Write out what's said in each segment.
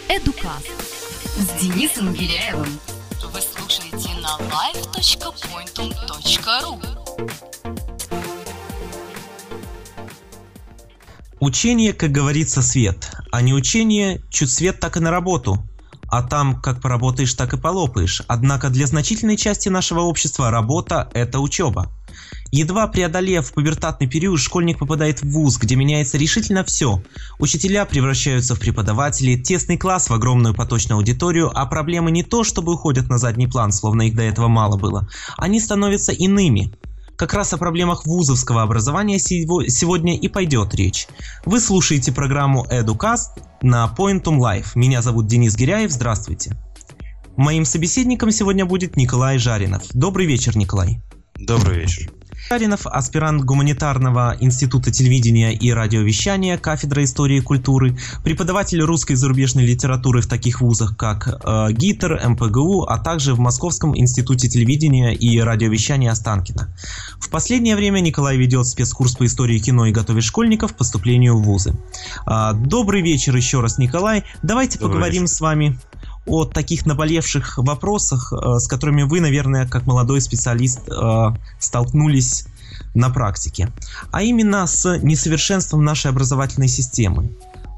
Эдукаст с Денисом Гиряевым. Вы слушаете на live.pointum.ru. Учение, как говорится, свет, а не учение, чуть свет, так и на работу. А там, как поработаешь, так и полопаешь. Однако для значительной части нашего общества работа – это учеба. Едва преодолев пубертатный период, школьник попадает в вуз, где меняется решительно все. Учителя превращаются в преподавателей, тесный класс в огромную поточную аудиторию, а проблемы не то чтобы уходят на задний план, словно их до этого мало было, они становятся иными. Как раз о проблемах вузовского образования сегодня и пойдет речь. Вы слушаете программу Эдукаст на Pointum Live. Меня зовут Денис Гиряев, здравствуйте. Моим собеседником сегодня будет Николай Жаринов. Добрый вечер, Николай. Добрый вечер. Жаринов – аспирант Гуманитарного института телевидения и радиовещания, кафедра истории и культуры, преподаватель русской и зарубежной литературы в таких вузах, как ГИТР, МПГУ, а также в Московском институте телевидения и радиовещания Останкино. В последнее время Николай ведет спецкурс по истории кино и готовит школьников к поступлению в вузы. Добрый вечер еще раз, Николай. Давайте поговорим с вами о таких наболевших вопросах, с которыми вы, наверное, как молодой специалист, столкнулись на практике. А именно с несовершенством нашей образовательной системы.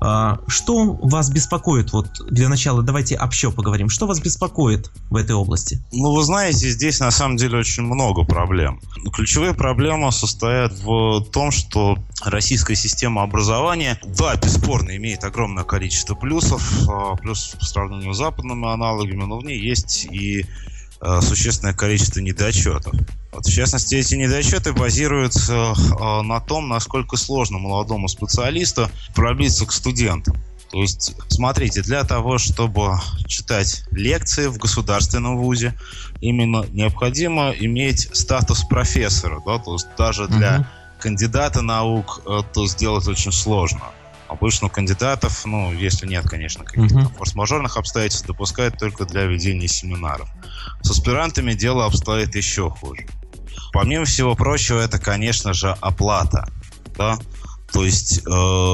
Что вас беспокоит? Вот для начала давайте общо поговорим. Что вас беспокоит в этой области? Ну, вы знаете, здесь на самом деле очень много проблем. Ключевые проблемы состоят в том, что российская система образования, да, бесспорно, имеет огромное количество плюсов, плюс по сравнению с западными аналогами, но в ней есть и существенное количество недочетов. Вот, в частности, эти недочеты базируются на том, насколько сложно молодому специалисту пробиться к студентам. То есть, смотрите, для того, чтобы читать лекции в государственном вузе, именно необходимо иметь статус профессора, да, то есть даже для кандидата наук это сделать очень сложно. Обычно кандидатов, если нет, конечно, каких-то форс-мажорных обстоятельств, допускают только для ведения семинаров. С аспирантами дело обстоит еще хуже. Помимо всего прочего, это, конечно же, оплата. Да? То есть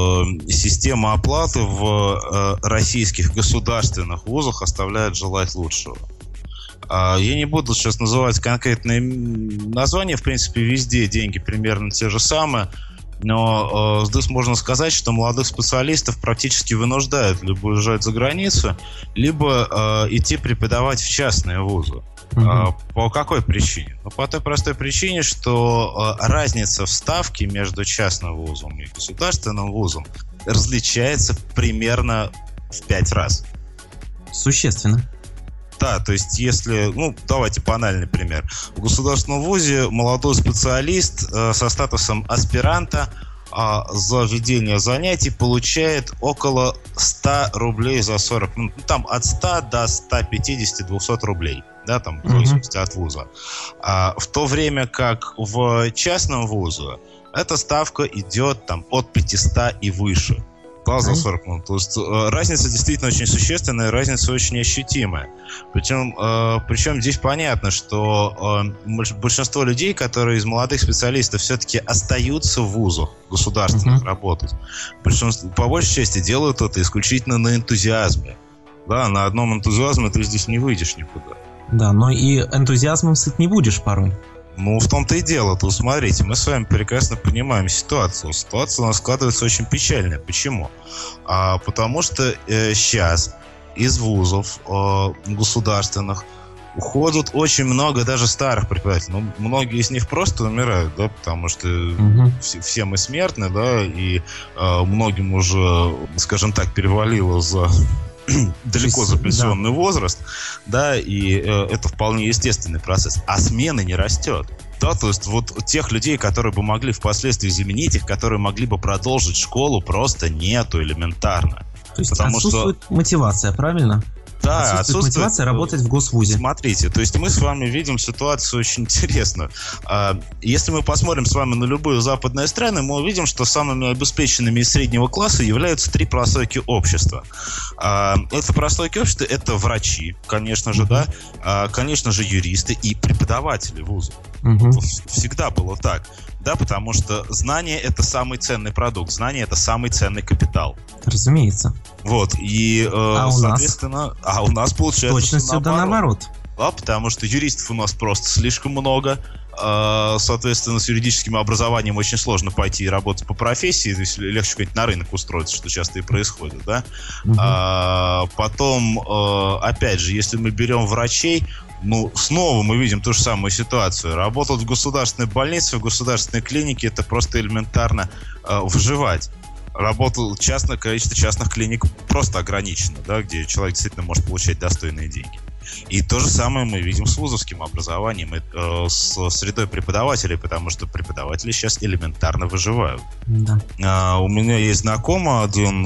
система оплаты в российских государственных вузах оставляет желать лучшего. Я не буду сейчас называть конкретные названия, в принципе, везде деньги примерно те же самые. Но здесь можно сказать, что молодых специалистов практически вынуждают либо уезжать за границу, либо идти преподавать в частные вузы. По какой причине? По той простой причине, что разница в ставке между частным вузом и государственным вузом различается примерно в 5 раз. Существенно. Да, то есть если, давайте банальный пример. В государственном вузе молодой специалист со статусом аспиранта за ведение занятий получает около 100 рублей за 40 минут. Там от 100 до 150-200 рублей, да, там в зависимости от вуза. В то время как в частном вузе эта ставка идет там от 500 и выше. За 40 минут. То есть разница действительно очень существенная, разница очень ощутимая. Причем здесь понятно, что большинство людей, которые из молодых специалистов все-таки остаются в вузах государственных работать, большинство, по большей части делают это исключительно на энтузиазме. Да, на одном энтузиазме ты здесь не выйдешь никуда. Да, но и энтузиазмом сыт не будешь порой. В том-то и дело. То смотрите, мы с вами прекрасно понимаем ситуацию. Ситуация у нас складывается очень печальная. Почему? Потому что сейчас из вузов государственных уходит очень много даже старых преподавателей. Многие из них просто умирают, да, потому что все мы смертны, да, и многим уже, скажем так, перевалило далеко за пенсионный возраст, да, и это вполне естественный процесс. А смены не растет. Да, то есть вот тех людей, которые бы могли впоследствии заменить их, которые могли бы продолжить школу, просто нету элементарно. То есть отсутствует мотивация, правильно? Да, отсутствует мотивация работать в госвузе. Смотрите, то есть мы с вами видим ситуацию очень интересную. Если мы посмотрим с вами на любые западные страны, мы увидим, что самыми обеспеченными из среднего класса являются 3 прослойки общества. Это прослойки общества, это врачи, конечно же, да, конечно же, юристы и преподаватели вузов. Всегда было так. Да, потому что знание — это самый ценный продукт, знание — это самый ценный капитал. Разумеется. Вот, и, соответственно... А у нас получается точно наоборот. Да, потому что юристов у нас просто слишком много. Соответственно, с юридическим образованием очень сложно пойти и работать по профессии, то есть легче как-нибудь на рынок устроиться, что часто и происходит, да. Потом, опять же, если мы берем врачей, снова мы видим ту же самую ситуацию. Работать в государственной больнице, в государственной клинике — это просто элементарно выживать. Количество частных клиник просто ограничено, да, где человек действительно может получать достойные деньги. И то же самое мы видим с вузовским образованием, с средой преподавателей, потому что преподаватели сейчас элементарно выживают. Да. У меня есть знакомый один,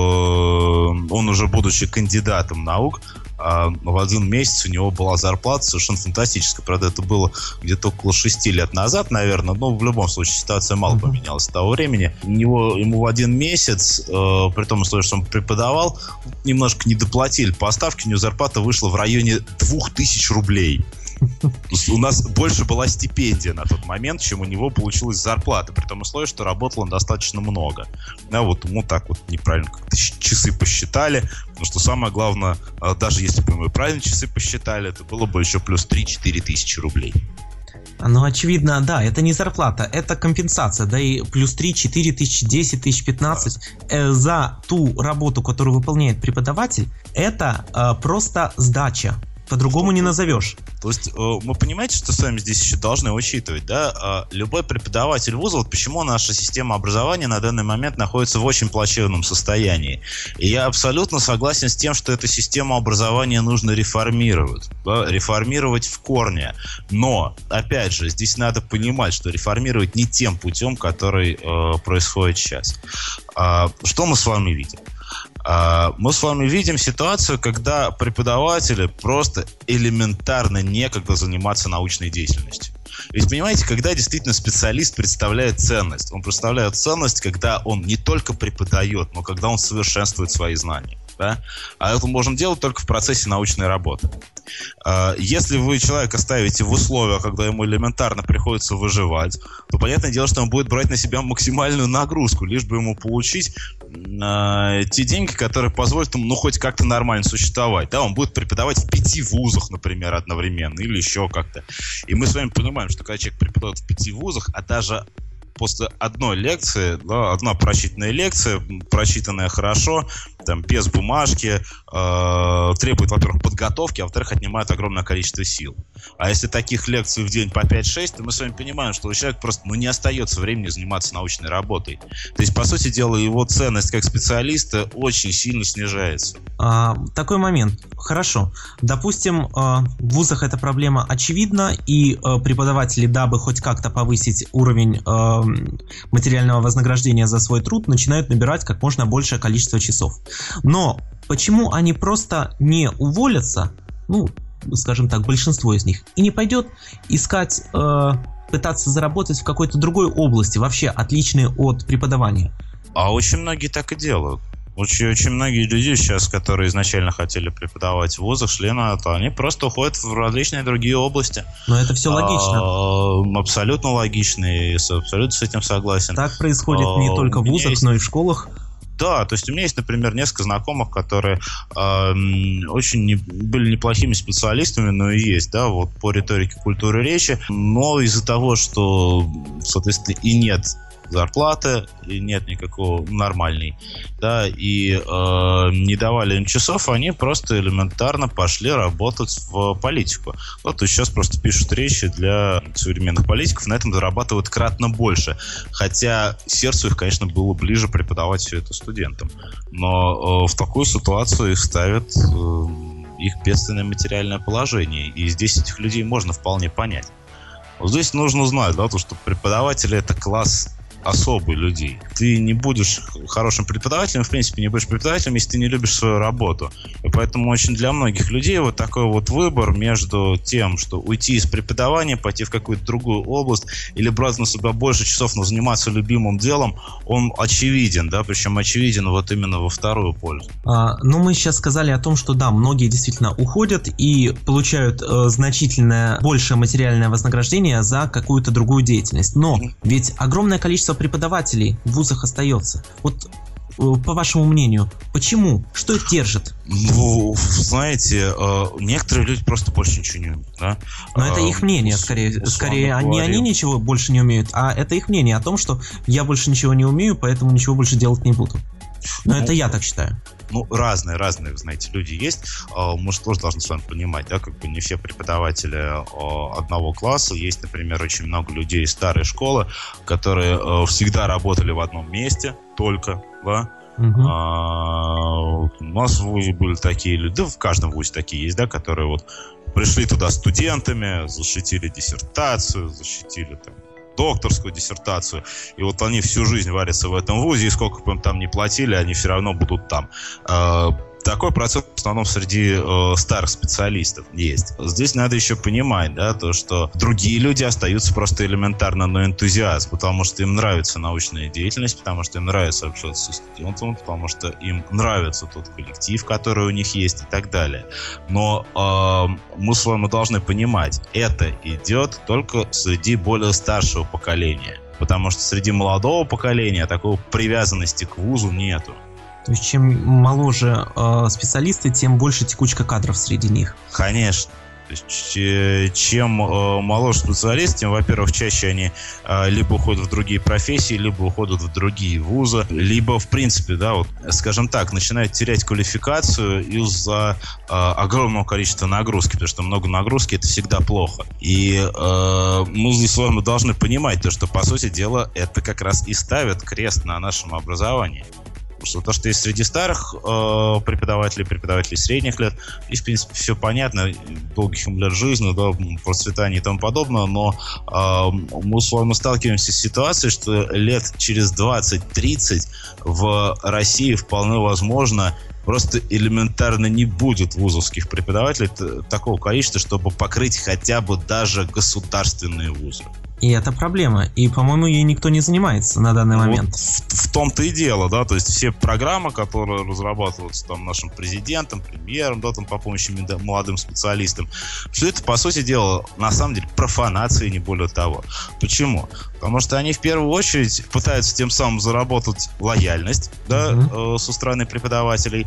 он уже будучи кандидатом наук, в один месяц у него была зарплата совершенно фантастическая. Правда, это было где-то около 6 лет назад, наверное. Но в любом случае ситуация мало поменялась с того времени. Ему в один месяц, при том условии, что он преподавал, немножко не доплатили по ставке. У него зарплата вышла в районе 2000 рублей. У нас больше была стипендия на тот момент, чем у него получилась зарплата, при том условии, что работал он достаточно много. Да, вот ему так вот неправильно как-то часы посчитали, потому что самое главное, даже если бы мы правильно часы посчитали, это было бы еще плюс 3-4 тысячи рублей. Ну, очевидно, да, это не зарплата, это компенсация, да, и плюс 3-4 тысячи, 10 тысяч, 15 за ту работу, которую выполняет преподаватель, это просто сдача. По-другому не назовешь. То есть вы понимаете, что с вами здесь еще должны учитывать, да? Любой преподаватель вуза, вот почему наша система образования на данный момент находится в очень плачевном состоянии. И я абсолютно согласен с тем, что эту систему образования нужно реформировать. Да? Реформировать в корне. Но, опять же, здесь надо понимать, что реформировать не тем путем, который происходит сейчас. Что мы с вами видим? Мы с вами видим ситуацию, когда преподавателю просто элементарно некогда заниматься научной деятельностью. Ведь понимаете, когда действительно специалист представляет ценность, он представляет ценность, когда он не только преподает, но когда он совершенствует свои знания. Да? А это можно делать только в процессе научной работы. Если вы человека ставите в условия, когда ему элементарно приходится выживать, то понятное дело, что он будет брать на себя максимальную нагрузку, лишь бы ему получить те деньги, которые позволят ему хоть как-то нормально существовать. Да? Он будет преподавать в 5 вузах, например, одновременно, или еще как-то. И мы с вами понимаем, что когда человек преподает в 5 вузах, а даже после одной лекции, да, одна прочитанная лекция, прочитанная хорошо, там, без бумажки, требует, во-первых, подготовки, а во-вторых, отнимает огромное количество сил. А если таких лекций в день по 5-6, то мы с вами понимаем, что у человека просто не остается времени заниматься научной работой. То есть, по сути дела, его ценность как специалиста очень сильно снижается. Такой момент. Хорошо. Допустим, в вузах эта проблема очевидна, и преподаватели, дабы хоть как-то повысить уровень материального вознаграждения за свой труд, начинают набирать как можно большее количество часов. Но почему они просто не уволятся, скажем так, большинство из них, и не пойдет искать, пытаться заработать в какой-то другой области, вообще отличной от преподавания? А очень многие так и делают. Очень многие люди сейчас, которые изначально хотели преподавать в вузах, шли на это, они просто уходят в различные другие области. Но это все логично. Абсолютно логично, и абсолютно с этим согласен. Так происходит не только в вузах, но и в школах. Да, то есть у меня есть, например, несколько знакомых, которые очень были неплохими специалистами, но и есть, да, вот по риторике культуры речи, но из-за того, что, соответственно, и нет зарплаты, и нет никакого нормальной, да, и не давали им часов, они просто элементарно пошли работать в политику. Вот то есть сейчас просто пишут речи для современных политиков, на этом зарабатывают кратно больше. Хотя сердцу их, конечно, было ближе преподавать все это студентам. Но в такую ситуацию их ставят их бедственное материальное положение. И здесь этих людей можно вполне понять. Вот здесь нужно знать, да, то, что преподаватели — это класс особый людей. Ты не будешь хорошим преподавателем, в принципе, не будешь преподавателем, если ты не любишь свою работу. И поэтому очень для многих людей вот такой вот выбор между тем, что уйти из преподавания, пойти в какую-то другую область или брать на себя больше часов, но заниматься любимым делом, он очевиден, да, причем очевиден вот именно во вторую пользу. Ну, мы сейчас сказали о том, что да, многие действительно уходят и получают значительное большее материальное вознаграждение за какую-то другую деятельность. Но ведь огромное количество преподавателей в вузах остается. Вот по вашему мнению, почему? Что их держит? Ну, знаете, некоторые люди просто больше ничего не умеют, да? Но это их мнение, скорее они ничего больше не умеют, а это их мнение о том, что я больше ничего не умею, поэтому ничего больше делать не буду. Но это я так считаю. Ну, разные, знаете, люди есть. Мы же тоже должны с вами понимать, да, как бы не все преподаватели одного класса. Есть, например, очень много людей из старой школы, которые всегда работали в одном месте только, да. У нас в ВУЗе были такие люди, да в каждом ВУЗе такие есть, да, которые вот пришли туда студентами, защитили диссертацию, защитили там докторскую диссертацию, и вот они всю жизнь варятся в этом вузе, и сколько бы им там ни платили, они все равно будут там. Такой процесс в основном среди старых специалистов есть. Здесь надо еще понимать, да, то, что другие люди остаются просто элементарно на энтузиазм, потому что им нравится научная деятельность, потому что им нравится общаться со студентами, потому что им нравится тот коллектив, который у них есть и так далее. Но мы с вами должны понимать, это идет только среди более старшего поколения, потому что среди молодого поколения такой привязанности к вузу нету. То есть чем моложе специалисты, тем больше текучка кадров среди них. Конечно. То есть, чем моложе специалист, тем, во-первых, чаще они либо уходят в другие профессии, либо уходят в другие вузы, либо, в принципе, да, вот, скажем так, начинают терять квалификацию из-за огромного количества нагрузки, потому что много нагрузки – это всегда плохо. И мы здесь с вами должны понимать, то, что, по сути дела, это как раз и ставит крест на нашем образовании. Что то, что есть среди старых преподавателей средних лет, и, в принципе, все понятно, долгих им лет жизни, да, процветания и тому подобное, но мы с вами сталкиваемся с ситуацией, что лет через 20-30 в России вполне возможно просто элементарно не будет вузовских преподавателей такого количества, чтобы покрыть хотя бы даже государственные вузы. И это проблема. И, по-моему, ей никто не занимается на данный момент. Вот в том-то и дело, да, то есть все программы, которые разрабатываются там нашим президентом, премьером, да, там по помощи молодым специалистам, все это, по сути дела, на самом деле профанация, не более того. Почему? Потому что они в первую очередь пытаются тем самым заработать лояльность, да, со стороны преподавателей.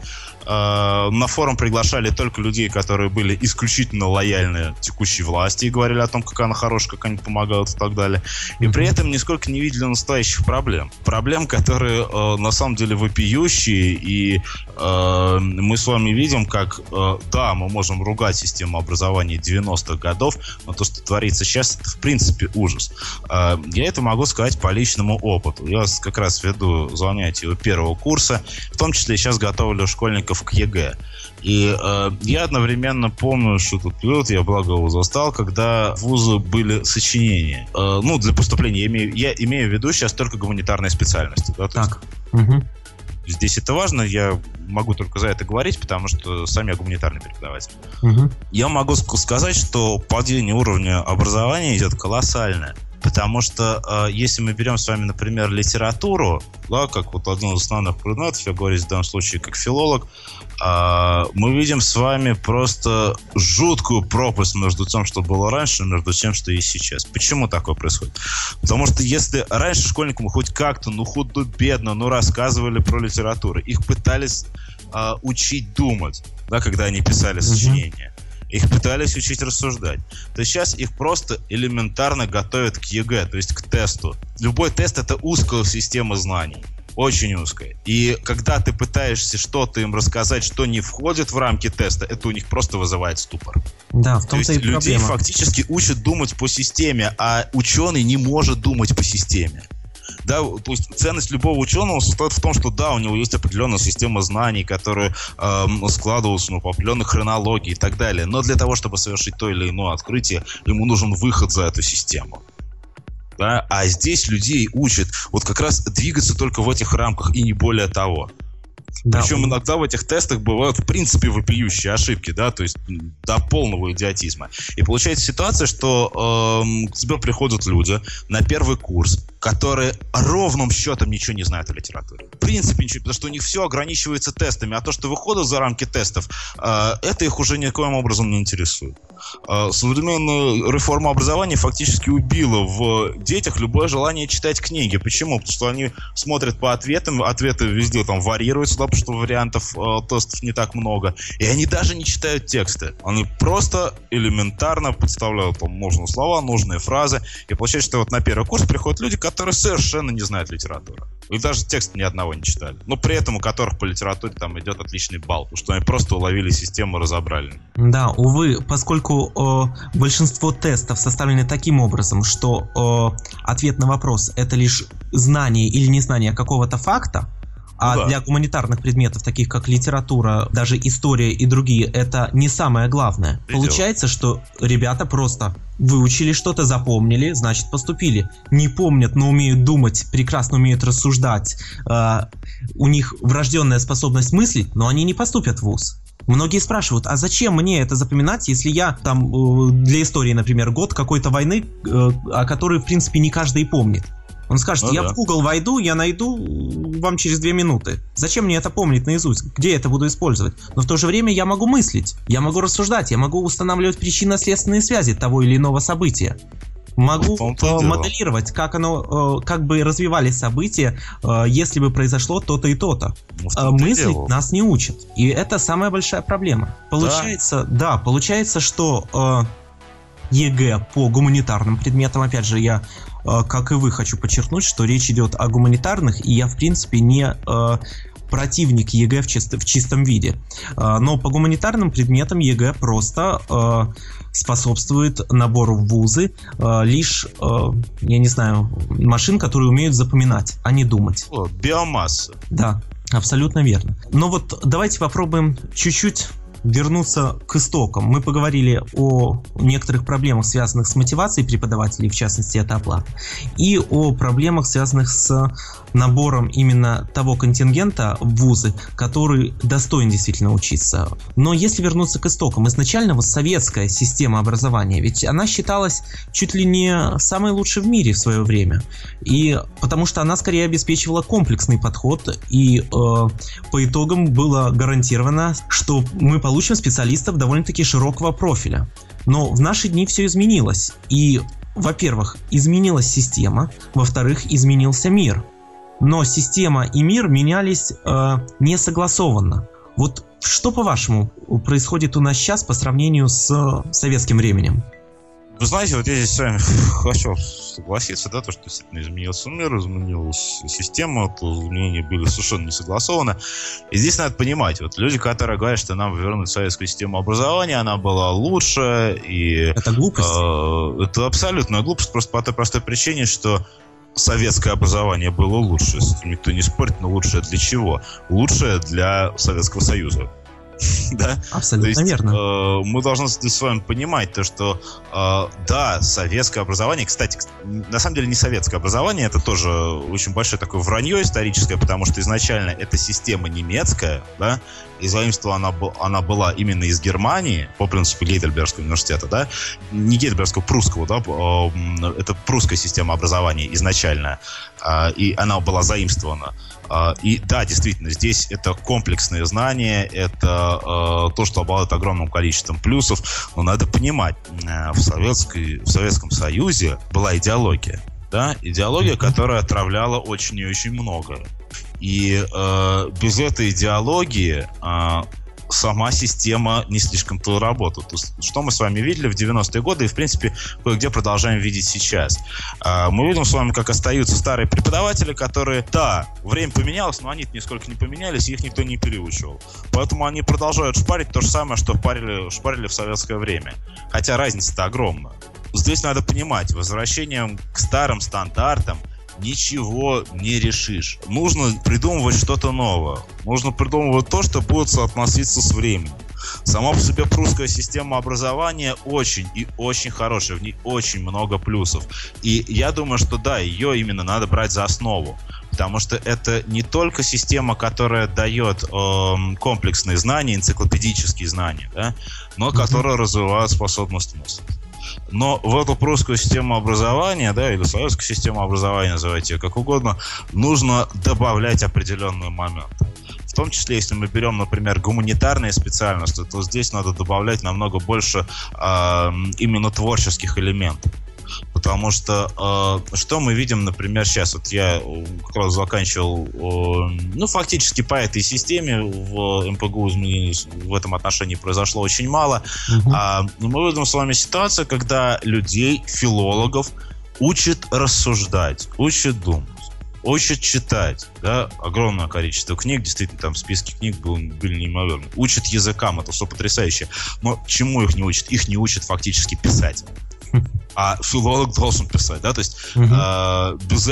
На форум приглашали только людей, которые были исключительно лояльны текущей власти и говорили о том, как она хорошая, как они помогают и так далее. И при этом нисколько не видели настоящих проблем. Проблем, которые на самом деле вопиющие, и мы с вами видим, как, да, мы можем ругать систему образования 90-х годов, но то, что творится сейчас, это в принципе ужас. Я это могу сказать по личному опыту. Я как раз веду занятия у первого курса, в том числе сейчас готовлю школьников к ЕГЭ. И я одновременно помню, что тут период, я благо его застал, когда в вузы были сочинения. Ну, для поступления я имею в виду сейчас только гуманитарные специальности. Да, так. Здесь это важно, я могу только за это говорить, потому что сам я гуманитарный преподаватель. Я могу сказать, что падение уровня образования идет колоссальное. Потому что если мы берем с вами, например, литературу, да, как вот один из основных предметов, я говорю в данном случае как филолог, мы видим с вами просто жуткую пропасть между тем, что было раньше, и между тем, что есть сейчас. Почему такое происходит? Потому что если раньше школьникам хоть как-то, ну худо-бедно, ну рассказывали про литературу, их пытались учить думать, да, когда они писали сочинения. Их пытались учить рассуждать. То есть сейчас их просто элементарно готовят к ЕГЭ, то есть к тесту. Любой тест — это узкая система знаний. Очень узкая. И когда ты пытаешься что-то им рассказать, что не входит в рамки теста, это у них просто вызывает ступор. Да, в том-то и проблема. Людей фактически учат думать по системе, а ученый не может думать по системе. Да, то есть ценность любого ученого состоит в том, что да, у него есть определенная система знаний, которые складываются по определенной хронологии и так далее. Но для того, чтобы совершить то или иное открытие, ему нужен выход за эту систему. Да? А здесь людей учат вот как раз двигаться только в этих рамках и не более того. Да. Причем иногда в этих тестах бывают, в принципе, вопиющие ошибки, да, то есть до полного идиотизма. И получается ситуация, что к тебе приходят люди на первый курс, которые ровным счетом ничего не знают о литературе. В принципе, ничего, потому что у них все ограничивается тестами, а то, что выходит за рамки тестов, это их уже никоим образом не интересует. Современная реформа образования фактически убила в детях любое желание читать книги. Почему? Потому что они смотрят по ответам, ответы везде там варьируются, да, потому что вариантов тестов не так много, и они даже не читают тексты. Они просто элементарно подставляют там нужные слова, нужные фразы, и получается, что вот на первый курс приходят люди, которые совершенно не знают литературу. И даже текст ни одного не читали. Но при этом у которых по литературе там идет отличный балл, потому что они просто уловили систему, разобрали. Да, увы, поскольку большинство тестов составлены таким образом, что ответ на вопрос — это лишь знание или незнание какого-то факта, а для гуманитарных предметов, таких как литература, даже история и другие, это не самое главное. Получается, что ребята просто выучили что-то, запомнили, значит поступили. Не помнят, но умеют думать, прекрасно умеют рассуждать. У них врожденная способность мыслить, но они не поступят в вуз. Многие спрашивают, а зачем мне это запоминать, если я там для истории, например, год какой-то войны, о которой, в принципе, не каждый помнит. Он скажет, я в Google войду, я найду вам через 2 минуты. Зачем мне это помнить наизусть? Где я это буду использовать? Но в то же время я могу мыслить, я могу рассуждать, я могу устанавливать причинно-следственные связи того или иного события. Могу моделировать, как бы развивались события, если бы произошло то-то и то-то. Мыслить нас не учат. И это самая большая проблема. Получается, что ЕГЭ по гуманитарным предметам, опять же, я, как и вы, хочу подчеркнуть, что речь идет о гуманитарных, и я, в принципе, не противник ЕГЭ в чистом виде. Но по гуманитарным предметам ЕГЭ просто способствует набору в вузы лишь, я не знаю, машин, которые умеют запоминать, а не думать. Биомасса. Да, абсолютно верно. Но вот давайте попробуем чуть-чуть вернуться к истокам. Мы поговорили о некоторых проблемах, связанных с мотивацией преподавателей, в частности, это оплата, и о проблемах, связанных с набором именно того контингента в вузы, который достоин действительно учиться. Но если вернуться к истокам, изначально вот советская система образования, ведь она считалась чуть ли не самой лучшей в мире в свое время, и потому что она скорее обеспечивала комплексный подход, и по итогам было гарантировано, что мы получим специалистов довольно-таки широкого профиля. Но в наши дни все изменилось. И, во-первых, изменилась система, во-вторых, изменился мир. Но система и мир менялись не согласованно. Вот что, по-вашему, происходит у нас сейчас по сравнению с советским временем? Вы знаете, вот я здесь с вами хочу согласиться, да, то, что действительно изменился мир, изменилась система, то изменения были совершенно не согласованы. И здесь надо понимать, вот люди, которые говорят, что нам вернуть советскую систему образования, она была лучше, и... Это глупость? Это абсолютная глупость, просто по той простой причине, что советское образование было лучше, с этим никто не спорит, но лучшее для чего? Лучшее для Советского Союза. Да? Абсолютно то есть, верно. Мы должны с вами понимать то, что да, советское образование, кстати, на самом деле не советское образование, это тоже очень большое такое вранье историческое, потому что изначально эта система немецкая, да, и заимствована она была именно из Германии, по принципу Гейдельбергского университета, да, не Гейдельбергского, прусского, да, это прусская система образования изначально, и она была заимствована. И да, действительно, здесь это комплексные знания, это то, что обладает огромным количеством плюсов, но надо понимать, в Советском Союзе была идеология, да, идеология, которая отравляла очень и очень многое. И без этой идеологии сама система не слишком-то работает. То есть, что мы с вами видели в 90-е годы и, в принципе, кое-где продолжаем видеть сейчас. Мы видим с вами, как остаются старые преподаватели, которые, да, время поменялось, но они нисколько не поменялись, и их никто не переучивал. Поэтому они продолжают шпарить то же самое, что шпарили в советское время. Хотя разница-то огромная. Здесь надо понимать, возвращением к старым стандартам ничего не решишь. Нужно придумывать что-то новое. Нужно придумывать то, что будет соотноситься с временем. Сама по себе прусская система образования очень и очень хорошая, в ней очень много плюсов. И я думаю, что да, ее именно надо брать за основу. Потому что это не только система, которая дает комплексные знания, энциклопедические знания, да, но которая развивает способность мыслить. Но в эту прусскую систему образования, да, или советскую систему образования, называйте ее как угодно, нужно добавлять определенные моменты. В том числе, если мы берем, например, гуманитарные специальности, то здесь надо добавлять намного больше именно творческих элементов. Потому что что мы видим, например, сейчас? Вот я как раз заканчивал, фактически по этой системе в МПГУ изменений в этом отношении произошло очень мало. Мы видим с вами ситуацию, когда людей, филологов, учат рассуждать, учат думать, учат читать, да, огромное количество книг, действительно, там списки книг были неимоверны. Учат языкам, это все потрясающе. Но чему их не учат? Их не учат фактически писать. А филолог должен писать, да, то есть без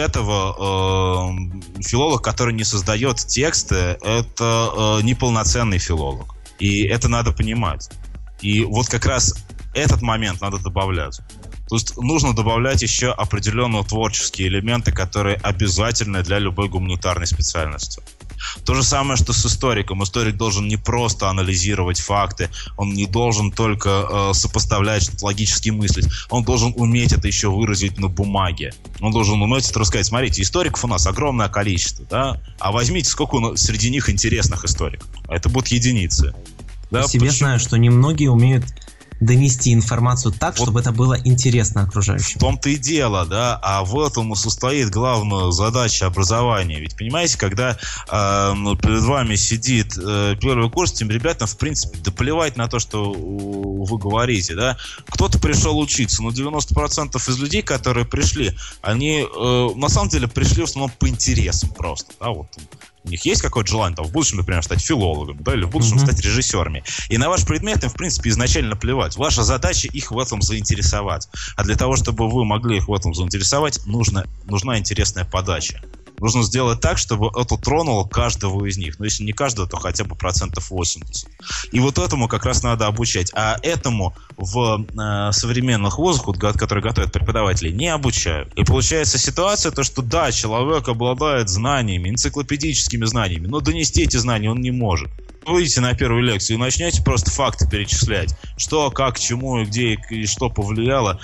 этого филолог, который не создает тексты, это неполноценный филолог. И это надо понимать. И вот как раз этот момент надо добавлять. То есть нужно добавлять еще определенные творческие элементы, которые обязательны для любой гуманитарной специальности. То же самое, что с историком. Историк должен не просто анализировать факты, он не должен только сопоставлять, что-то логически мыслить. Он должен уметь это еще выразить на бумаге. Он должен уметь это рассказать. Смотрите, историков у нас огромное количество, да? А возьмите, сколько среди них интересных историков. Это будут единицы. Да? По себе знаю, что немногие умеют донести информацию так, вот, чтобы это было интересно окружающим. В том-то и дело, да, а в этом и состоит главная задача образования. Ведь, понимаете, когда перед вами сидит первый курс, тем ребятам, в принципе, да плевать на то, что вы говорите, да. Кто-то пришел учиться, но 90% из людей, которые пришли, они на самом деле пришли в основном по интересам просто, да, вот. У них есть какое-то желание там, в будущем, например, стать филологом, да, или в будущем стать режиссерами. И на ваш предмет им, в принципе, изначально плевать. Ваша задача их в этом заинтересовать. А для того, чтобы вы могли их в этом заинтересовать, нужна интересная подача. Нужно сделать так, чтобы это тронуло каждого из них. Но если не каждого, то хотя бы 80%. И вот этому как раз надо обучать. А этому в современных вузах, которые готовят преподавателей, не обучают. И получается ситуация, то, что да, человек обладает знаниями, энциклопедическими знаниями, но донести эти знания он не может. Вы выйдете на первую лекцию и начнете просто факты перечислять. Что, как, чему, и где, и что повлияло.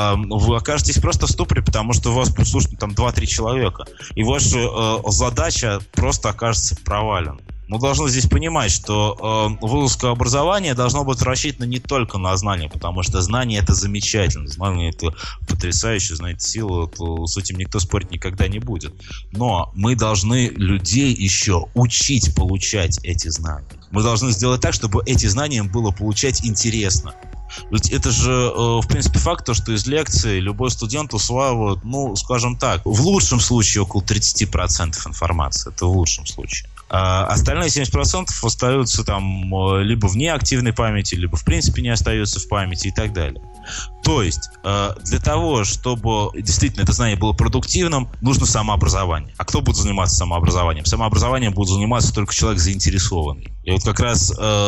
Вы окажетесь просто в ступоре, потому что вас будет слушать там 2-3 человека. И ваша задача просто окажется провалена. Мы должны здесь понимать, что вузовское образование должно быть рассчитано не только на знания, потому что знание — это замечательно, знание — это потрясающе, знаете, сила, с этим никто спорить никогда не будет. Но мы должны людей еще учить получать эти знания. Мы должны сделать так, чтобы эти знания было получать интересно. Ведь это же, в принципе, факт, то, что из лекции любой студент усваивает, ну, скажем так, в лучшем случае около 30% информации. Это в лучшем случае. А остальные 70% остаются там либо вне активной памяти, либо в принципе не остаются в памяти и так далее. То есть для того, чтобы действительно это знание было продуктивным, нужно самообразование. А кто будет заниматься самообразованием? Самообразованием будет заниматься только человек заинтересованный. И вот как раз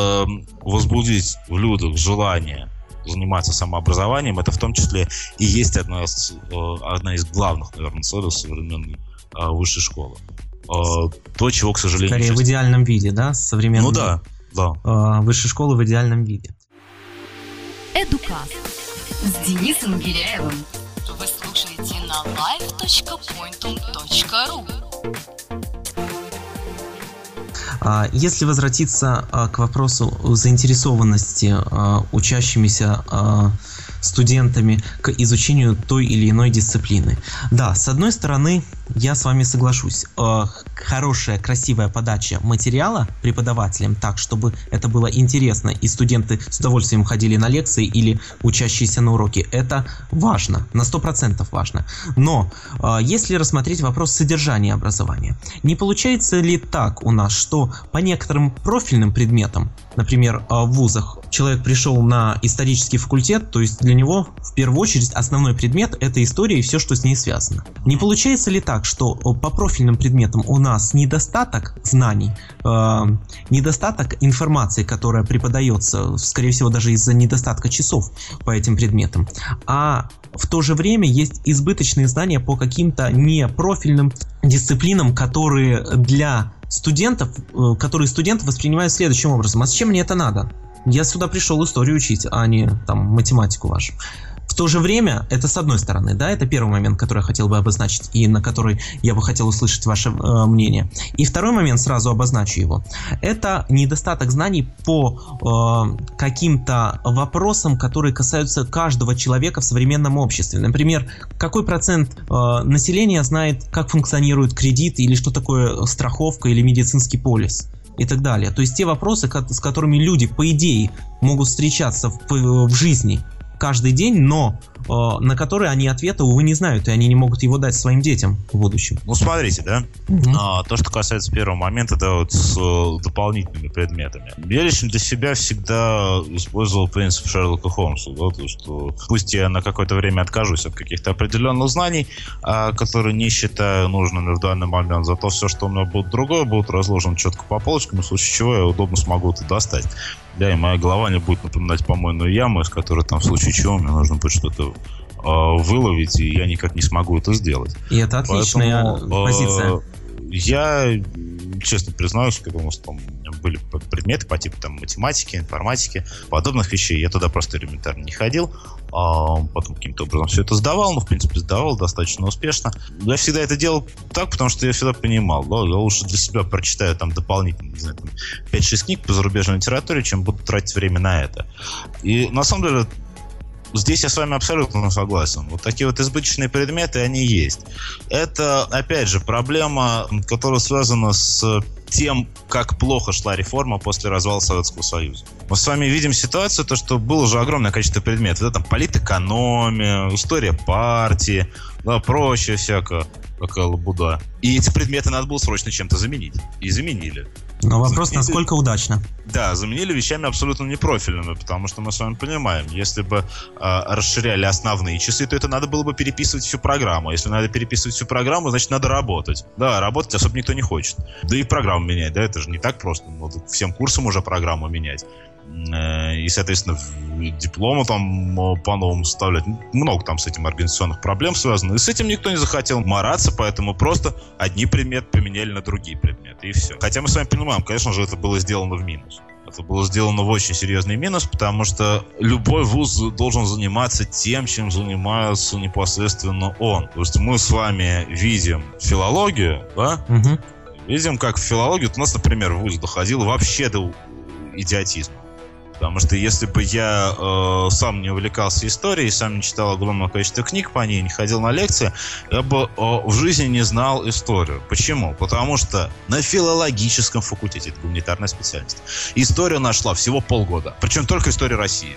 возбудить в людях желание заниматься самообразованием, это в том числе и есть одна из главных, наверное, целей современной высшей школы. То, чего, к сожалению... Скорее в идеальном виде, да? Современной, ну да, да. Высшей школы в идеальном виде. Эдукас с Денисом Гиряевым. Вы слушаете на live.pointum.ru. Если возвратиться к вопросу заинтересованности учащимися студентами к изучению той или иной дисциплины. Да, с одной стороны, я с вами соглашусь. Хорошая, красивая подача материала преподавателям так, чтобы это было интересно, и студенты с удовольствием ходили на лекции или учащиеся на уроки. Это важно, на 100% важно. Но если рассмотреть вопрос содержания образования, не получается ли так у нас, что по некоторым профильным предметам, например, в вузах, человек пришел на исторический факультет, то есть для него в первую очередь основной предмет — это история и все, что с ней связано. Не получается ли так, так, что по профильным предметам у нас недостаток знаний, недостаток информации, которая преподается, скорее всего, даже из-за недостатка часов по этим предметам, а в то же время есть избыточные знания по каким-то непрофильным дисциплинам, которые студенты воспринимают следующим образом. А зачем мне это надо? Я сюда пришел историю учить, а не там математику вашу. В то же время, это с одной стороны, да, это первый момент, который я хотел бы обозначить и на который я бы хотел услышать ваше мнение. И второй момент, сразу обозначу его, это недостаток знаний по каким-то вопросам, которые касаются каждого человека в современном обществе. Например, какой процент населения знает, как функционирует кредит или что такое страховка или медицинский полис и так далее. То есть те вопросы, с которыми люди, по идее, могут встречаться в жизни каждый день, но на которые они ответа, увы, не знают, и они не могут его дать своим детям в будущем. Ну, смотрите, да, то, что касается первого момента, да, вот с дополнительными предметами. Я лично для себя всегда использовал принцип Шерлока Холмса, да, то, что пусть я на какое-то время откажусь от каких-то определенных знаний, которые не считаю нужными в данный момент, зато все, что у меня будет другое, будет разложено четко по полочкам, в случае чего я удобно смогу это достать. Да, и моя голова не будет напоминать помойную яму, из которой там в случае чего мне нужно будет что-то выловить, и я никак не смогу это сделать. И это отличная позиция. Я, честно признаюсь, когда у нас там были предметы по типу там математики, информатики, подобных вещей, я туда просто элементарно не ходил. Потом каким-то образом все это сдавал, но в принципе сдавал достаточно успешно. Я всегда это делал так, потому что я всегда понимал, да, я лучше для себя прочитаю там дополнительно, не знаю, там, 5-6 книг по зарубежной литературе, чем буду тратить время на это. И на самом деле здесь я с вами абсолютно согласен. Вот такие вот избыточные предметы, они есть. Это, опять же, проблема, которая связана с тем, как плохо шла реформа после развала Советского Союза. Мы с вами видим ситуацию, то, что было уже огромное количество предметов. Да, там политэкономия, история партии, да, прочее всякое, какая лабуда. И эти предметы надо было срочно чем-то заменить. И заменили. Но вопрос, насколько удачно. Да, заменили вещами абсолютно непрофильными, потому что мы с вами понимаем, если бы расширяли основные часы, то это надо было бы переписывать всю программу. Если надо переписывать всю программу, значит, надо работать. Да, работать особо никто не хочет. Да и программу менять, да, это же не так просто. Надо всем курсам уже программу менять. И, соответственно, дипломы там по-новому составлять. Много там с этим организационных проблем связано. И с этим никто не захотел мараться, поэтому просто одни предметы поменяли на другие предметы, и все. Хотя мы с вами понимаем, конечно же, это было сделано в минус. Это было сделано в очень серьезный минус, потому что любой вуз должен заниматься тем, чем занимается непосредственно он. То есть мы с вами видим филологию, да? Угу. Видим, как в филологию у нас, например, в вузе доходило вообще до идиотизма. Потому что если бы я сам не увлекался историей, сам не читал огромное количество книг по ней, не ходил на лекции, я бы в жизни не знал историю. Почему? Потому что на филологическом факультете, это гуманитарная специальность, историю нашла всего полгода. Причем только история России.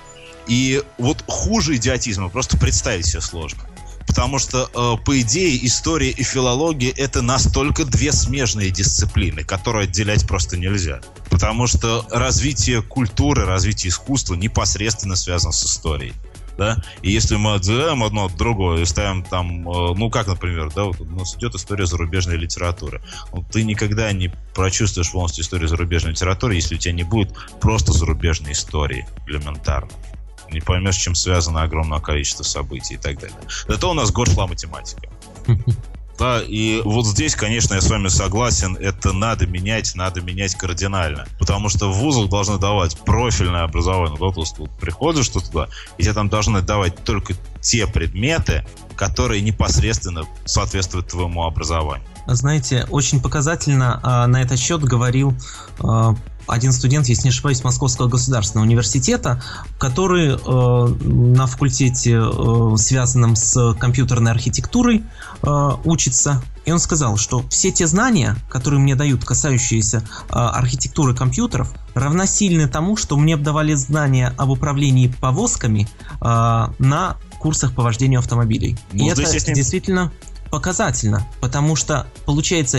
И вот хуже идиотизма просто представить себе сложно. Потому что, по идее, история и филология — это настолько две смежные дисциплины, которые отделять просто нельзя. Потому что развитие культуры, развитие искусства непосредственно связано с историей. Да? И если мы отделяем одно от другого и ставим там, ну как, например, да, вот у нас идет история зарубежной литературы. Вот ты никогда не прочувствуешь полностью историю зарубежной литературы, если у тебя не будет просто зарубежной истории элементарно. Не поймешь, с чем связано огромное количество событий и так далее. Зато у нас год шла математика. Да, и вот здесь, конечно, я с вами согласен, это надо менять кардинально. Потому что в вузах должны давать профильное образование. Да, то есть вот приходишь туда, и тебе там должны давать только те предметы, которые непосредственно соответствуют твоему образованию. Знаете, очень показательно на этот счет говорил один студент, если не ошибаюсь, Московского государственного университета, который на факультете, связанном с компьютерной архитектурой, учится. И он сказал, что все те знания, которые мне дают, касающиеся архитектуры компьютеров, равносильны тому, что мне давали знания об управлении повозками на курсах по вождению автомобилей. Ну, и это действительно показательно, потому что, получается,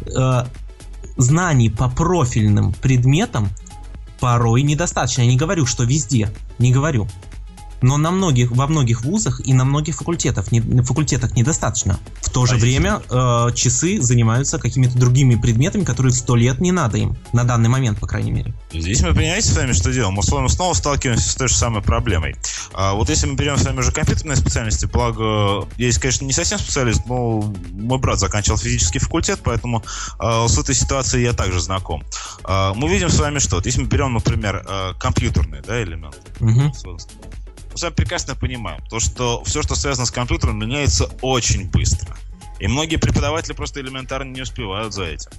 знаний по профильным предметам порой недостаточно. Я не говорю, что везде, не говорю. Но во многих вузах и на многих факультетах недостаточно. В то же время часы занимаются какими-то другими предметами, которые 100 лет не надо им. На данный момент, по крайней мере. Здесь мы, понимаете, с вами что делаем? Мы с вами снова сталкиваемся с той же самой проблемой. Вот если мы берем с вами уже компьютерные специальности, благо, я здесь, конечно, не совсем специалист, но мой брат заканчивал физический факультет, поэтому с этой ситуацией я также знаком. Мы видим с вами что? Если мы берем, например, компьютерные, да, элементы. Мы с вами прекрасно понимаем, то, что все, что связано с компьютером, меняется очень быстро. И многие преподаватели просто элементарно не успевают за этим.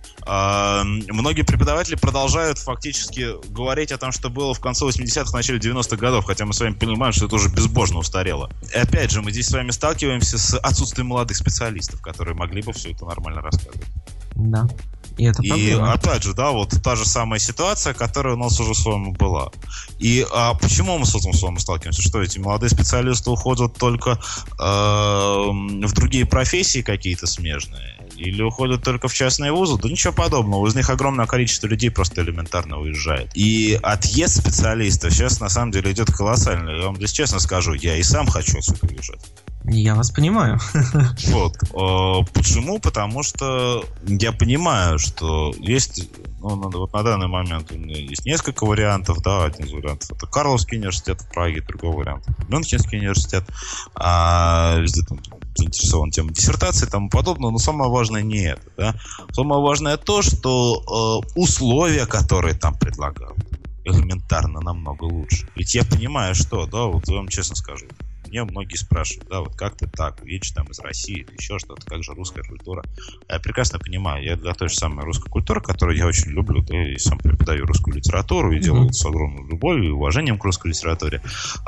Многие преподаватели продолжают фактически говорить о том, что было в конце 80-х, начале 90-х годов, хотя мы с вами понимаем, что это уже безбожно устарело. И опять же, мы здесь с вами сталкиваемся с отсутствием молодых специалистов, которые могли бы все это нормально рассказывать. Да. И опять же, да, вот та же самая ситуация, которая у нас уже с вами была. И почему мы с этим с вами сталкиваемся? Что эти молодые специалисты уходят только в другие профессии какие-то смежные? Или уходят только в частные вузы? Да ничего подобного. Из них огромное количество людей просто элементарно уезжает. И отъезд специалистов сейчас на самом деле идет колоссальный. Я вам здесь честно скажу, я и сам хочу отсюда уезжать. Я вас понимаю. Вот. Почему? Потому что я понимаю, что есть... вот на данный момент у меня есть несколько вариантов. Да, один из вариантов — это Карловский университет в Праге, другой вариант — Мюнхенский университет. Везде там заинтересован темой диссертации и тому подобное, но самое важное не это. Да? Самое важное то, что условия, которые там предлагают, элементарно намного лучше. Ведь я понимаю, что, да, вот я вам честно скажу, мне многие спрашивают, да, вот как ты так, едешь там из России, еще что-то, как же русская культура. Я прекрасно понимаю, я для той же самой русской культуры, которую я очень люблю, да, и сам преподаю русскую литературу, и делаю это с огромной любовью и уважением к русской литературе.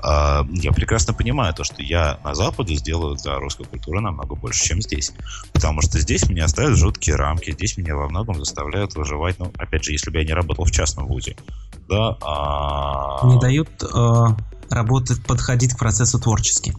Я прекрасно понимаю то, что я на Западе сделаю для русской культуры намного больше, чем здесь. Потому что здесь меня ставят жуткие рамки, здесь меня во многом заставляют выживать, ну, опять же, если бы я не работал в частном вузе, да. Не дают... подходить к процессу творчески.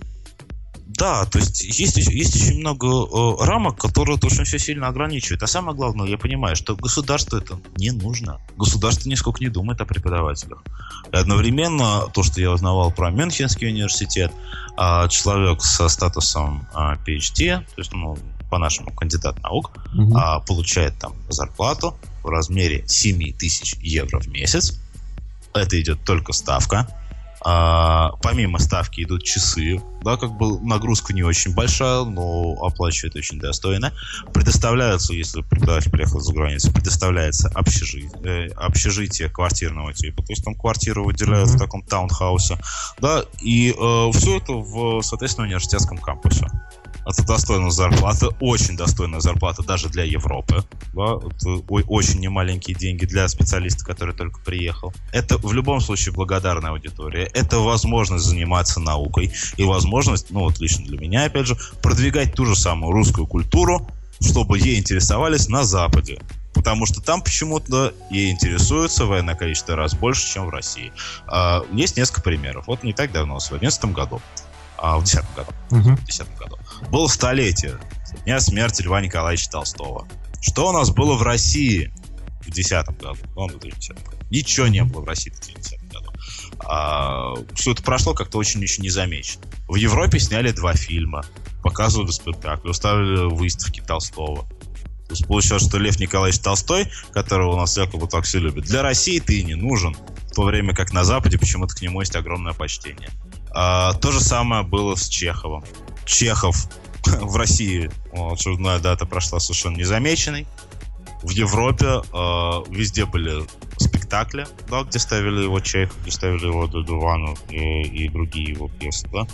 Да, то есть есть очень много рамок, которые очень все сильно ограничивают. А самое главное, я понимаю, что государству это не нужно. Государство нисколько не думает о преподавателях. И одновременно то, что я узнавал про Мюнхенский университет, человек со статусом PhD, то есть, по-нашему, кандидат наук, получает там зарплату в размере 7000 евро в месяц. Это идет только ставка. Помимо ставки идут часы, да, как бы нагрузка не очень большая, но оплачивает очень достойно. Предоставляются, если преподаватель приехал за границу, предоставляется общежитие квартирного типа, то есть там квартиру выделяют в таком таунхаусе, да, и все это в, соответственно, университетском кампусе. Это достойная зарплата, очень достойная зарплата даже для Европы. Да? Это очень немаленькие деньги для специалиста, который только приехал. Это в любом случае благодарная аудитория. Это возможность заниматься наукой и возможность, вот лично для меня, опять же, продвигать ту же самую русскую культуру, чтобы ей интересовались на Западе. Потому что там почему-то ей интересуется в военное количество раз больше, чем в России. Есть несколько примеров. Вот не так давно, в 2011 году. В 2010 году. Было столетие дня смерти Льва Николаевича Толстого. Что у нас было в России в 2010 году? В 2010 году. Ничего не было в России в 2010 году. Все это прошло как-то очень еще незамеченно. В Европе сняли 2 фильма, показывали спектакли, уставили выставки Толстого. То есть получилось, что Лев Николаевич Толстой, которого у нас якобы так все любят, для России-то и не нужен. В то время как на Западе почему-то к нему есть огромное почтение. То же самое было с Чеховым. Чехов в России очередная дата прошла совершенно незамеченной. В Европе везде были спектакли, да, где ставили его Чехов, где ставили его Дудувану и другие его пьесы. Да.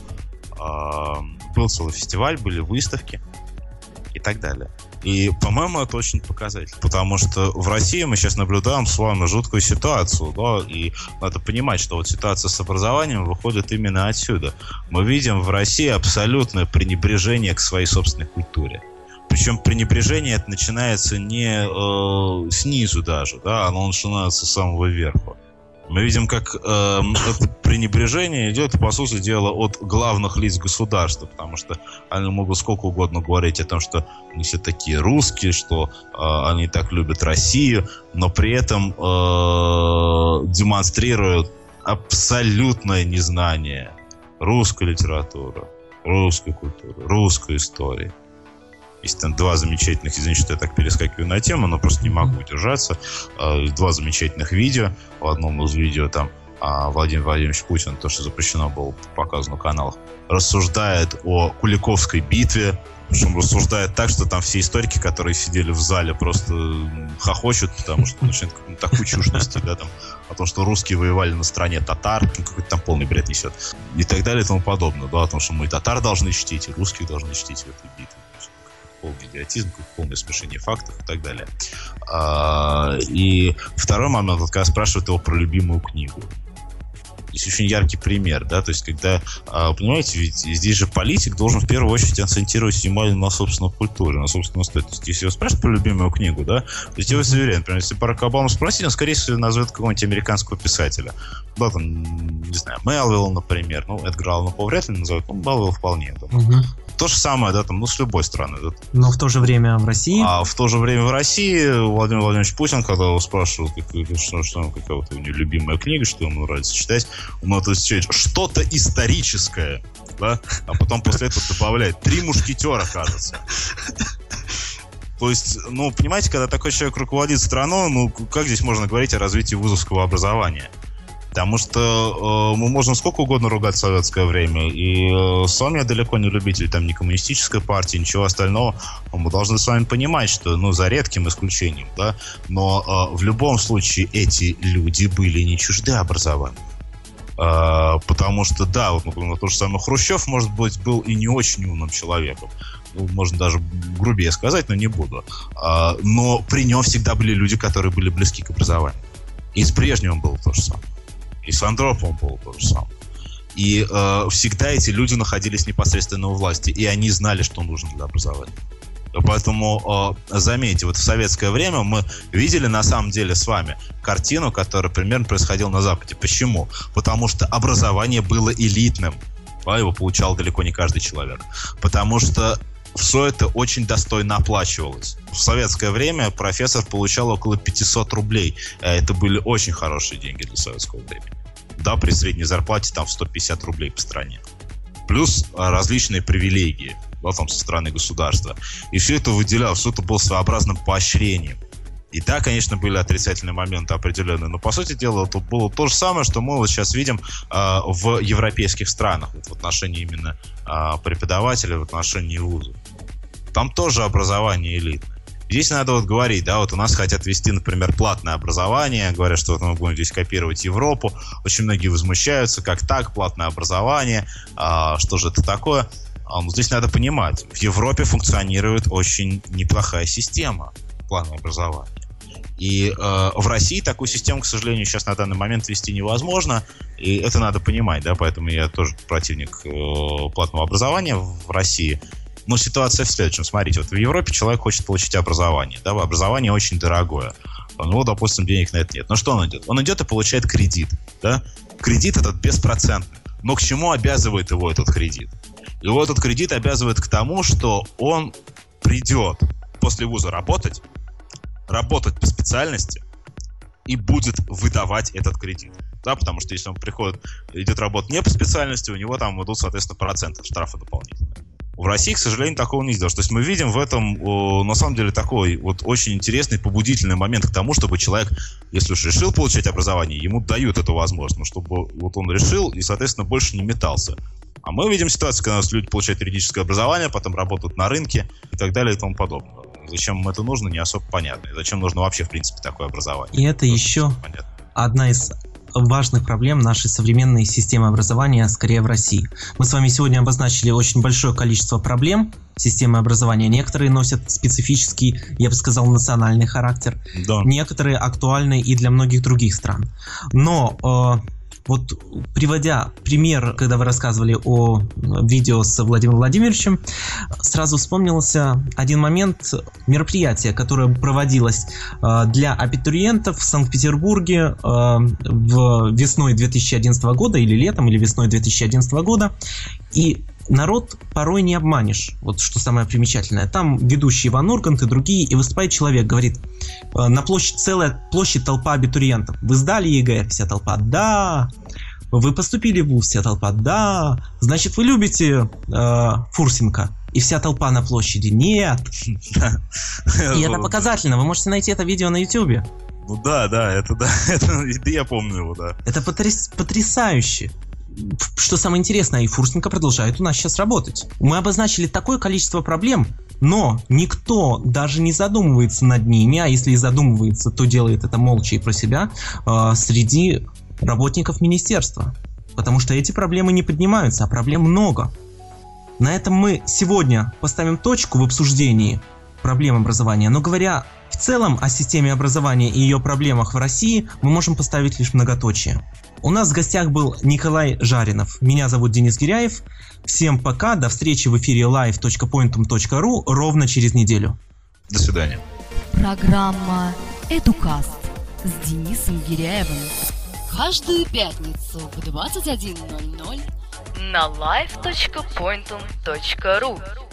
Был целый фестиваль, были выставки и так далее. И, по-моему, это очень показательно, потому что в России мы сейчас наблюдаем с вами жуткую ситуацию, да, и надо понимать, что вот ситуация с образованием выходит именно отсюда. Мы видим в России абсолютное пренебрежение к своей собственной культуре. Причем пренебрежение это начинается не снизу даже, да, оно начинается с самого верха. Мы видим, как это пренебрежение идет, по сути дела, от главных лиц государства, потому что они могут сколько угодно говорить о том, что они все такие русские, что они так любят Россию, но при этом демонстрируют абсолютное незнание русская литература, русская культура, русская история. Есть там два замечательных, извините, что я так перескакиваю на тему, но просто не могу удержаться. Два замечательных видео. В одном из видео там Владимир Владимирович Путин, то, что запрещено было показано на каналах, рассуждает о Куликовской битве. Причем рассуждает так, что там все историки, которые сидели в зале, просто хохочут, потому что начинают какую-то такую чушь нести, да, там, о том, что русские воевали на стороне татар, какой-то там полный бред несет, и так далее и тому подобное, да, о том, что мы и татар должны чтить, и русских должны чтить в этой битве. Полный идиотизм, полное смешение фактов и так далее. И второй момент, вот когда спрашивают его про любимую книгу. Здесь очень яркий пример, да, то есть когда, понимаете, ведь здесь же политик должен в первую очередь акцентировать внимание на собственной культуре, на собственном стиле. То есть если его спрашивают про любимую книгу, да, то есть я вас уверен, например, если Барак Обаму спросить, он, скорее всего, назовет какого-нибудь американского писателя. Да, там, не знаю, Мелвилл, например, ну, Эдгара Аллана По вряд ли назовет, но Мелвилл вполне, да. То же самое, да, там, ну, с любой страны. Да. Но в то же время в России? А в то же время в России Владимир Владимирович Путин, когда его спрашивают, какая вот у него любимая книга, что ему нравится читать, он отвечает что-то историческое, да, а потом после этого добавляет «Три мушкетера», кажется. То есть, ну, понимаете, когда такой человек руководит страной, ну, как здесь можно говорить о развитии вузовского образования? Потому что мы можем сколько угодно ругать советское время, и с вами я далеко не любитель там ни коммунистической партии, ничего остального. Мы должны с вами понимать, что, ну, за редким исключением, да, но в любом случае эти люди были не чужды образованию. Потому что, да, вот, например, тот же самый Хрущев, может быть, был и не очень умным человеком. Ну, можно даже грубее сказать, но не буду. Но при нем всегда были люди, которые были близки к образованию. И с Брежневым было то же самое. И с Андроповым было то же самое. И всегда эти люди находились непосредственно у власти, и они знали, что нужно для образования. Поэтому, заметьте, вот в советское время мы видели на самом деле с вами картину, которая примерно происходила на Западе. Почему? Потому что образование было элитным. Его получал далеко не каждый человек. Потому что все это очень достойно оплачивалось. В советское время профессор получал около 500 рублей. Это были очень хорошие деньги для советского времени. Да, при средней зарплате там в 150 рублей по стране. Плюс различные привилегии, да, там, со стороны государства. И все это выделялось, все это было своеобразным поощрением. И да, конечно, были отрицательные моменты определенные, но, по сути дела, это было то же самое, что мы вот сейчас видим в европейских странах, вот, в отношении именно преподавателей, в отношении вузов. Там тоже образование элитное. Здесь надо вот говорить, да, вот у нас хотят ввести, например, платное образование, говорят, что вот мы будем здесь копировать Европу, очень многие возмущаются, как так, платное образование, что же это такое? Здесь надо понимать, в Европе функционирует очень неплохая система платного образования. И в России такую систему, к сожалению, сейчас на данный момент ввести невозможно, и это надо понимать, да, поэтому я тоже противник платного образования в России. Но ситуация в следующем. Смотрите, вот в Европе человек хочет получить образование. Да, образование очень дорогое. У него, допустим, денег на это нет. Но что он идет? Он идет и получает кредит. Да? Кредит этот беспроцентный. Но к чему обязывает его этот кредит? Его этот кредит обязывает к тому, что он придет после вуза работать по специальности и будет выдавать этот кредит. Да, потому что если он приходит, идет работать не по специальности, у него там идут, соответственно, проценты штрафа дополнительные. В России, к сожалению, такого не сделать. То есть мы видим в этом, на самом деле, такой вот очень интересный, побудительный момент к тому, чтобы человек, если уж решил получать образование, ему дают эту возможность, чтобы вот он решил и, соответственно, больше не метался. А мы видим ситуацию, когда у нас люди получают юридическое образование, потом работают на рынке и так далее и тому подобное. Зачем им это нужно, не особо понятно. И зачем нужно вообще, в принципе, такое образование? И это еще одна из важных проблем нашей современной системы образования, скорее в России. Мы с вами сегодня обозначили очень большое количество проблем системы образования. Некоторые носят специфический, я бы сказал, национальный характер. Да. Некоторые актуальны и для многих других стран. Но вот приводя пример, когда вы рассказывали о видео с Владимиром Владимировичем, сразу вспомнился один момент мероприятия, которое проводилось для абитуриентов в Санкт-Петербурге весной 2011 года или летом, или весной 2011 года. И народ порой не обманешь. Вот что самое примечательное. Там ведущий Иван Ургант и другие, и выступает человек, говорит, на площадь, целая площадь, толпа абитуриентов. Вы сдали ЕГЭ? Вся толпа: да. вы поступили в ВУЗ, вся толпа, да, значит, вы любите Фурсенко. И вся толпа на площади, нет. И это показательно, вы можете найти это видео на YouTube. Ну да, это я помню его, да. Это потрясающе. Что самое интересное, и Фурсенко продолжает у нас сейчас работать. Мы обозначили такое количество проблем, но никто даже не задумывается над ними, а если и задумывается, то делает это молча и про себя, среди работников министерства. Потому что эти проблемы не поднимаются, а проблем много. На этом мы сегодня поставим точку в обсуждении проблем образования, но говоря в целом о системе образования и ее проблемах в России, мы можем поставить лишь многоточие. У нас в гостях был Николай Жаринов. Меня зовут Денис Гиряев. Всем пока, до встречи в эфире live.pointum.ru ровно через неделю. До свидания. Программа «Эдукаст» с Денисом Гиряевым. Каждую пятницу в 21:00 на live.pointum.ru.